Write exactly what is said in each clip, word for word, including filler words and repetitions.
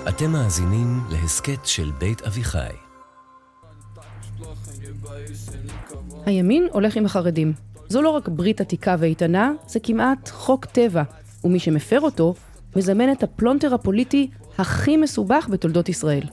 אתם מאזינים להסכת של בית אביחי. הימין הולך עם החרדים. זו לא רק ברית עתיקה ואיתנה, זה כמעט חוק טבע, ומי שמפר אותו מזמן את הפלונטר הפוליטי הכי מסובך בתולדות ישראל.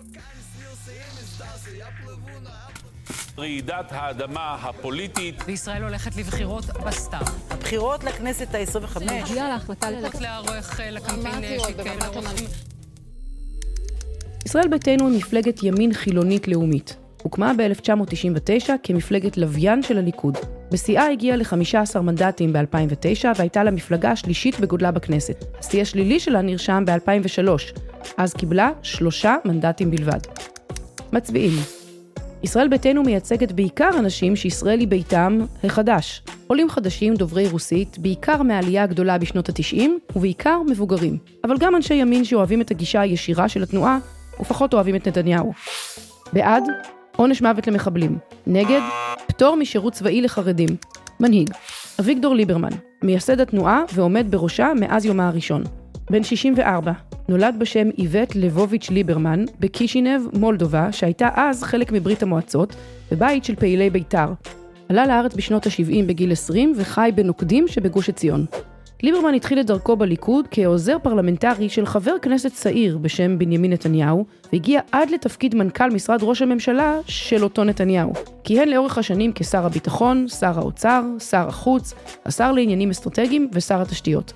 רעידת האדמה הפוליטית. וישראל הולכת לבחירות בסתם. הבחירות לכנסת ה-עשרים וחמש. הגיעה להחלטה ללכת לערוך לקמפיין שיקיים לרוחים. ישראל ביתנו היא מפלגת ימין חילונית לאומית. הוקמה ב-אלף תשע מאות תשעים ותשע כמפלגת לוויין של הליכוד. בשיאה הגיעה ל-חמישה עשר מנדטים ב-אלפיים ותשע והייתה לה מפלגה השלישית בגודלה בכנסת. השיא השלילי שלה נרשם ב-אלפיים ושלוש. אז קיבלה שלושה מנדטים בלבד. מצביעים. ישראל ביתנו מייצגת בעיקר אנשים שישראל היא ביתם החדש. עולים חדשים דוברי רוסית, בעיקר מהעלייה הגדולה בשנות ה-תשעים, ובעיקר מבוגרים. אבל גם אנשי ימין שאוהבים את הגישה הישירה של התנועה, ופחות אוהבים את נתניהו. בעד, עונש מוות למחבלים. נגד, פטור משירות צבאי לחרדים. מנהיג, אביגדור ליברמן, מייסד התנועה ועומד בראשה מאז יומה הראשון. בן שישים וארבע, נולד בשם איבט לבוביץ' ליברמן בקישינב, מולדובה, שהייתה אז חלק מברית המועצות, בבית של פעילי בית"ר. עלה לארץ בשנות ה-שבעים בגיל עשרים וחי בנוקדים שבגוש עציון. ליברמן התחיל את דרכו בליכוד כעוזר פרלמנטרי של חבר כנסת צעיר בשם בנימין נתניהו, והגיע עד לתפקיד מנכ"ל משרד ראש הממשלה של אותו נתניהו. כיהן לאורך השנים כשר הביטחון, שר האוצר, שר החוץ, השר לעניינים אסטרטגיים ושר התשתיות.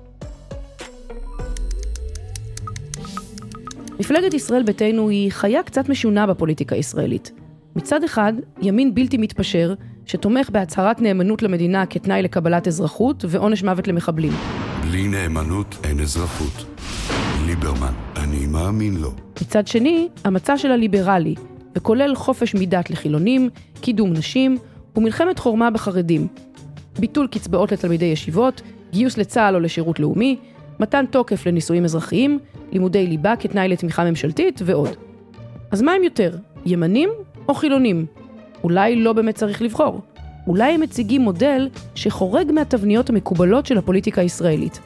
מפלגת ישראל ביתנו היא חיה קצת משונה בפוליטיקה הישראלית. מצד אחד, ימין בלתי מתפשר, שתומך בהצהרת נאמנות למדינה כתנאי לקבלת אזרחות ועונש מוות למחבלים. בלי נאמנות אין אזרחות. ליברמן, אני מאמין לו. מצד שני, המצע של הליברלי, וכולל חופש מדת לחילונים, קידום נשים ומלחמת חורמה בחרדים. ביטול קצבאות לתלמידי ישיבות, גיוס לצה"ל או לשירות לאומי, מתן תוקף לנישואים אזרחיים, לימודי ליבה כתנאי לתמיכה ממשלתית ועוד. אז מה הם יותר? ימנים או חילונים? אולי לא באמת צריך לבחור. אולי הם מציגים מודל שחורג מהתבניות המקובלות של הפוליטיקה הישראלית.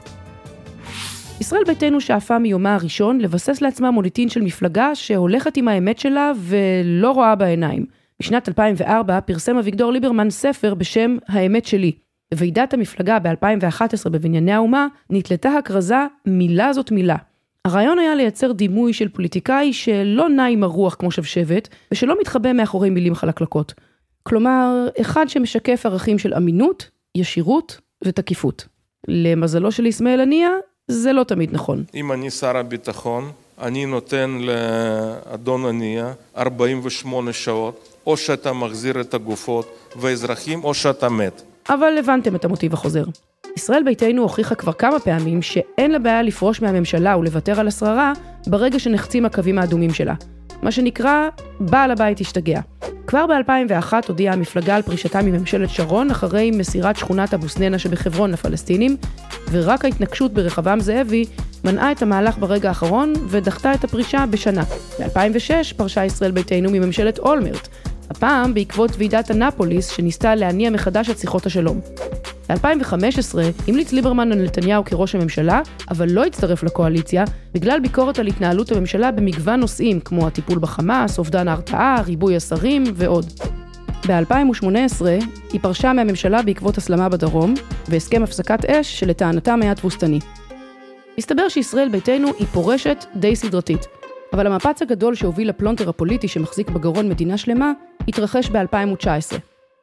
ישראל ביתנו שאפה מיומה הראשון לבסס לעצמה מוניטין של מפלגה שהולכת עם האמת שלה ולא רואה בעיניים. בשנת אלפיים וארבע פרסם אביגדור ליברמן ספר בשם האמת שלי. בוועידת המפלגה ב-אלפיים ואחת עשרה בבנייני האומה נתלתה הכרזה מילה זאת מילה. הרעיון היה לייצר דימוי של פוליטיקאי שלא נע עם הרוח כמו שבשבת, ושלא מתחבא מאחורי מילים חלקלקות. כלומר, אחד שמשקף ערכים של אמינות, ישירות ותקיפות. למזלו של ישמעאל הנייה, זה לא תמיד נכון. אם אני שר הביטחון, אני נותן לאדון הנייה ארבעים ושמונה שעות, או שאתה מחזיר את הגופות והאזרחים, או שאתה מת. אבל הבנתם את המוטיב החוזר. ישראל ביתנו הוכיחה כבר כמה פעמים שאין לה בעיה לפרוש מהממשלה ולוותר על השררה ברגע שנחצים הקווים האדומים שלה. מה שנקרא, בעל הבית השתגע. כבר ב-אלפיים ואחת הודיעה המפלגה על פרישתה מממשלת שרון אחרי מסירת שכונת אבו סנינה שבחברון לפלסטינים, ורק ההתנגשות ברחבעם זאבי מנעה את המהלך ברגע האחרון ודחתה את הפרישה בשנה. ב-אלפיים ושש פרשה ישראל ביתנו מממשלת אולמרט, הפעם בעקבות ועידת אנאפוליס שניסתה להניע מחדש את שיחות השלום. ב-אלפיים וחמש עשרה המליץ ליברמן על נתניהו כראש הממשלה, אבל לא הצטרף לקואליציה בגלל ביקורת על התנהלות הממשלה במגוון נושאים כמו הטיפול בחמאס, אובדן ההרתעה, ריבוי השרים ועוד. ב-אלפיים ושמונה עשרה היא פרשה מהממשלה בעקבות הסלמה בדרום והסכם הפסקת אש שלטענתם היה תבוסתני. מסתבר שישראל ביתנו היא פורשת די סדרתית, אבל המפץ הגדול שהוביל לפלונטר הפוליטי שמחזיק בגרון מדינה שלמה התרחש ב-אלפיים ותשע עשרה.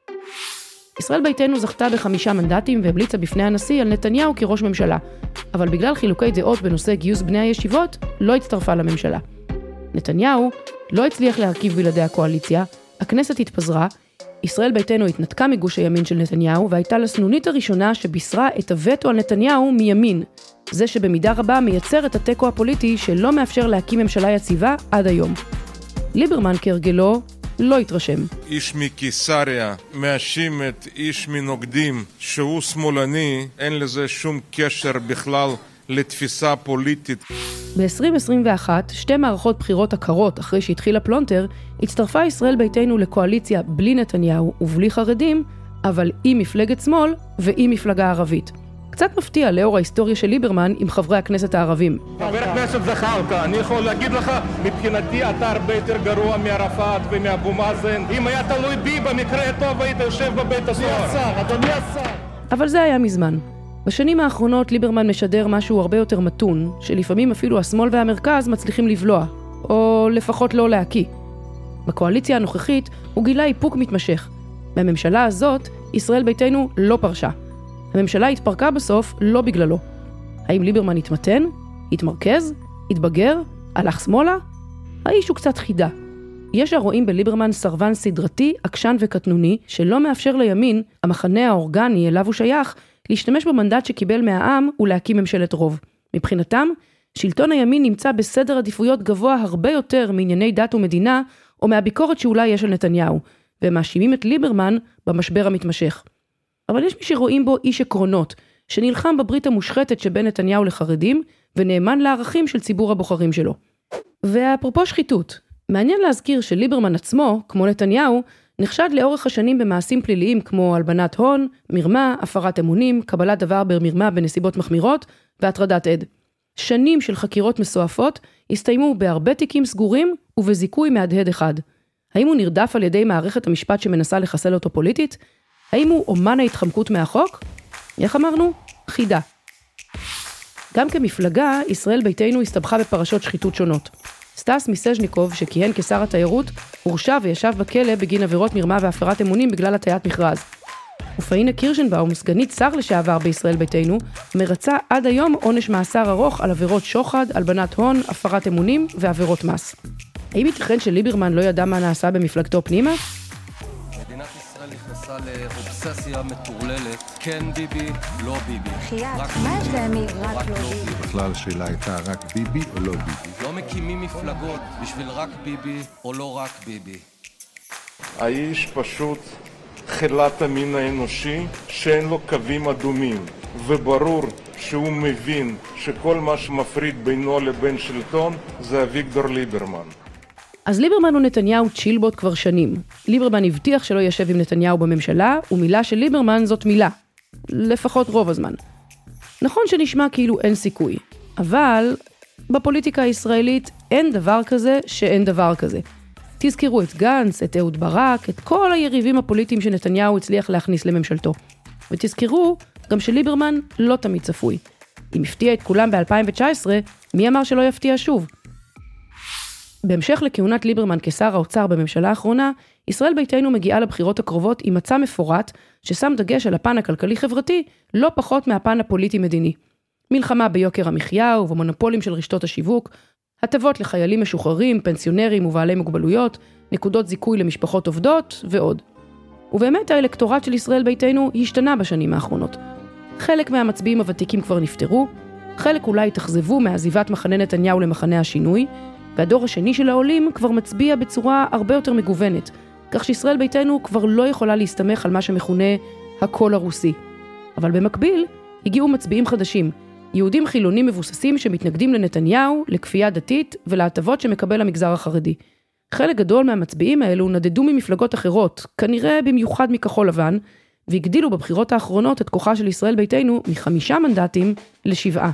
ישראל ביתנו זכתה בחמישה מנדטים והמליצה בפני הנשיא על נתניהו כראש ממשלה, אבל בגלל חילוקי דעות בנושא גיוס בני הישיבות, לא הצטרפה לממשלה. נתניהו לא הצליח להרכיב בלעדי הקואליציה, הכנסת התפזרה, ישראל ביתנו התנתקה מגוש הימין של נתניהו, והייתה לסנונית הראשונה שבישרה את הווטו על נתניהו מימין, זה שבמידה רבה מייצר את הטקו הפוליטי שלא מאפשר להקים ממשלה יציבה עד היום. ליברמן כהרגלו לא התרשם. איש מקיסריה מאשים את איש מנוגדים שהוא שמאלני, אין לזה שום קשר בכלל לתפיסה פוליטית. ב-עשרים עשרים ואחת, שתי מערכות בחירות עקרות אחרי שהתחיל הפלונטר, הצטרפה ישראל ביתנו לקואליציה בלי נתניהו ובלי חרדים, אבל עם מפלגת שמאל ועם מפלגה ערבית. קצת מפתיע לאור ההיסטוריה של ליברמן עם חברי הכנסת הערבים. חבר הכנסת זחאלקה, אני יכול להגיד לך, מבחינתי אתה הרבה יותר גרוע מערפאת ומאבו מאזן. אם היה תלוי בי, במקרה הטוב היית יושב בבית הסוהר. אדוני השר. אבל זה היה מזמן. בשנים האחרונות ליברמן משדר משהו הרבה יותר מתון, שלפעמים אפילו השמאל והמרכז מצליחים לבלוע, או לפחות לא להקיא. בקואליציה הנוכחית הוא גילה איפוק מתמשך. בממשלה הזאת, ישראל ביתנו לא פרשה. הממשלה התפרקה בסוף לא בגללו. האם ליברמן התמתן? התמרכז? התבגר? הלך שמאלה? האיש הוא קצת חידה. יש הרואים בליברמן סרבן סדרתי, עקשן וקטנוני, שלא מאפשר לימין, המחנה האורגני אליו הוא שייך, להשתמש במנדט שקיבל מהעם ולהקים ממשלת רוב. מבחינתם, שלטון הימין נמצא בסדר עדיפויות גבוה הרבה יותר מענייני דת ומדינה, או מהביקורת שאולי יש על נתניהו, והם מאשימים את ליברמן במשבר המתמשך. אבל יש מי שרואים בו איש עקרונות, שנלחם בברית המושחתת שבין נתניהו לחרדים, ונאמן לערכים של ציבור הבוחרים שלו. ואפרופו שחיתות, מעניין להזכיר שליברמן עצמו, כמו נתניהו, נחשד לאורך השנים במעשים פליליים כמו הלבנת הון, מרמה, הפרת אמונים, קבלת דבר במרמה בנסיבות מחמירות והטרדת עד. שנים של חקירות מסועפות הסתיימו בהרבה תיקים סגורים ובזיכוי מהדהד אחד. האם הוא נרדף על ידי מערכת המשפט שמנסה לחסל אותו פוליטית? האם הוא אומן ההתחמקות מהחוק? איך אמרנו? חידה. גם כמפלגה, ישראל ביתנו הסתבכה בפרשות שחיתות שונות. סטס מיסז'ניקוב, שכיהן כשר התיירות, הורשע וישב בכלא בגין עבירות מרמה והפרת אמונים בגלל הטיית מכרז. ופאינה קירשנבאום, סגנית שר לשעבר בישראל ביתנו, מרצה עד היום עונש מאסר ארוך על עבירות שוחד, הלבנת הון, הפרת אמונים ועבירות מס. האם ייתכן שליברמן לא ידע מה נעשה במפלגתו פנימה? מדינת ישראל נכנסה לאובססיה מטורללת, כן ביבי, לא ביבי. חייאת, מה יש להם רק לא ביבי? בכלל השאלה הייתה רק ביבי או לא ביבי. לא מקימים מפלגות בשביל רק ביבי או לא רק ביבי. האיש פשוט חילת המין האנושי שאין לו קווים אדומים, וברור שהוא מבין שכל מה שמפריד בינו לבין שלטון זה אביגדור ליברמן. אז ליברמן ונתניהו צ'ילבוט כבר שנים. ליברמן הבטיח שלא ישב עם נתניהו בממשלה, ומילה של ליברמן זאת מילה. לפחות רוב הזמן. נכון שנשמע כאילו אין סיכוי, אבל בפוליטיקה הישראלית אין דבר כזה שאין דבר כזה. תזכרו את גנץ, את אהוד ברק, את כל היריבים הפוליטיים שנתניהו הצליח להכניס לממשלתו. ותזכרו גם שליברמן לא תמיד צפוי. אם הפתיע את כולם ב-אלפיים תשע עשרה, מי אמר שלא יפתיע שוב? בהמשך לכהונת ליברמן כשר האוצר בממשלה האחרונה, ישראל ביתנו מגיעה לבחירות הקרובות עם מצע מפורט ששם דגש על הפן הכלכלי-חברתי לא פחות מהפן הפוליטי-מדיני. מלחמה ביוקר המחיה ובמונופולים של רשתות השיווק, הטבות לחיילים משוחררים, פנסיונרים ובעלי מוגבלויות, נקודות זיכוי למשפחות עובדות ועוד. ובאמת האלקטורט של ישראל ביתנו השתנה בשנים האחרונות. חלק מהמצביעים הוותיקים כבר נפטרו, חלק אולי התאכזבו מעזיבת מחנה נתניהו למחנה השינוי, והדור השני של העולים כבר מצביע בצורה הרבה יותר מגוונת, כך שישראל ביתנו כבר לא יכולה להסתמך על מה שמכונה הקול הרוסי. אבל במקביל הגיעו מצביעים חדשים, יהודים חילונים מבוססים שמתנגדים לנתניהו, לכפייה דתית ולהטבות שמקבל המגזר החרדי. חלק גדול מהמצביעים האלו נדדו ממפלגות אחרות, כנראה במיוחד מכחול לבן, והגדילו בבחירות האחרונות את כוחה של ישראל ביתנו מחמישה מנדטים לשבעה.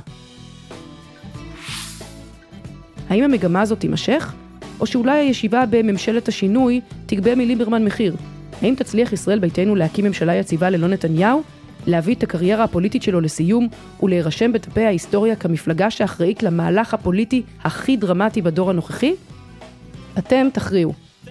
האם המגמה הזאת תימשך? או שאולי הישיבה בממשלת השינוי תגבה מליברמן מחיר? האם תצליח ישראל ביתנו להקים ממשלה יציבה ללא נתניהו? להביא את הקריירה הפוליטית שלו לסיום ולהירשם בדפי ההיסטוריה כמפלגה שאחראית למהלך הפוליטי הכי דרמטי בדור הנוכחי? אתם תכריעו.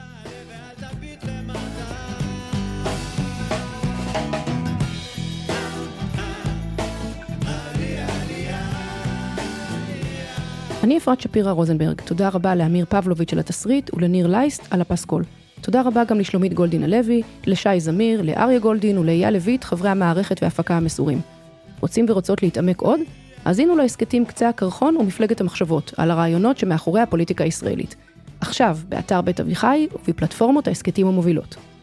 אני אפרת שפירה רוזנברג, תודה רבה לאמיר פבלוביץ' על התסריט ולניר לייסט על הפסקול. תודה רבה גם לשלומית גולדין הלוי, לשי זמיר, לאריה גולדין ולאיה לויט, חברי המערכת וההפקה המסורים. רוצים ורוצות להתעמק עוד? האזינו להסכתים קצה הקרחון ומפלגת המחשבות, על הרעיונות שמאחורי הפוליטיקה הישראלית. עכשיו, באתר בית אביחי ובפלטפורמות ההסכתים המובילות.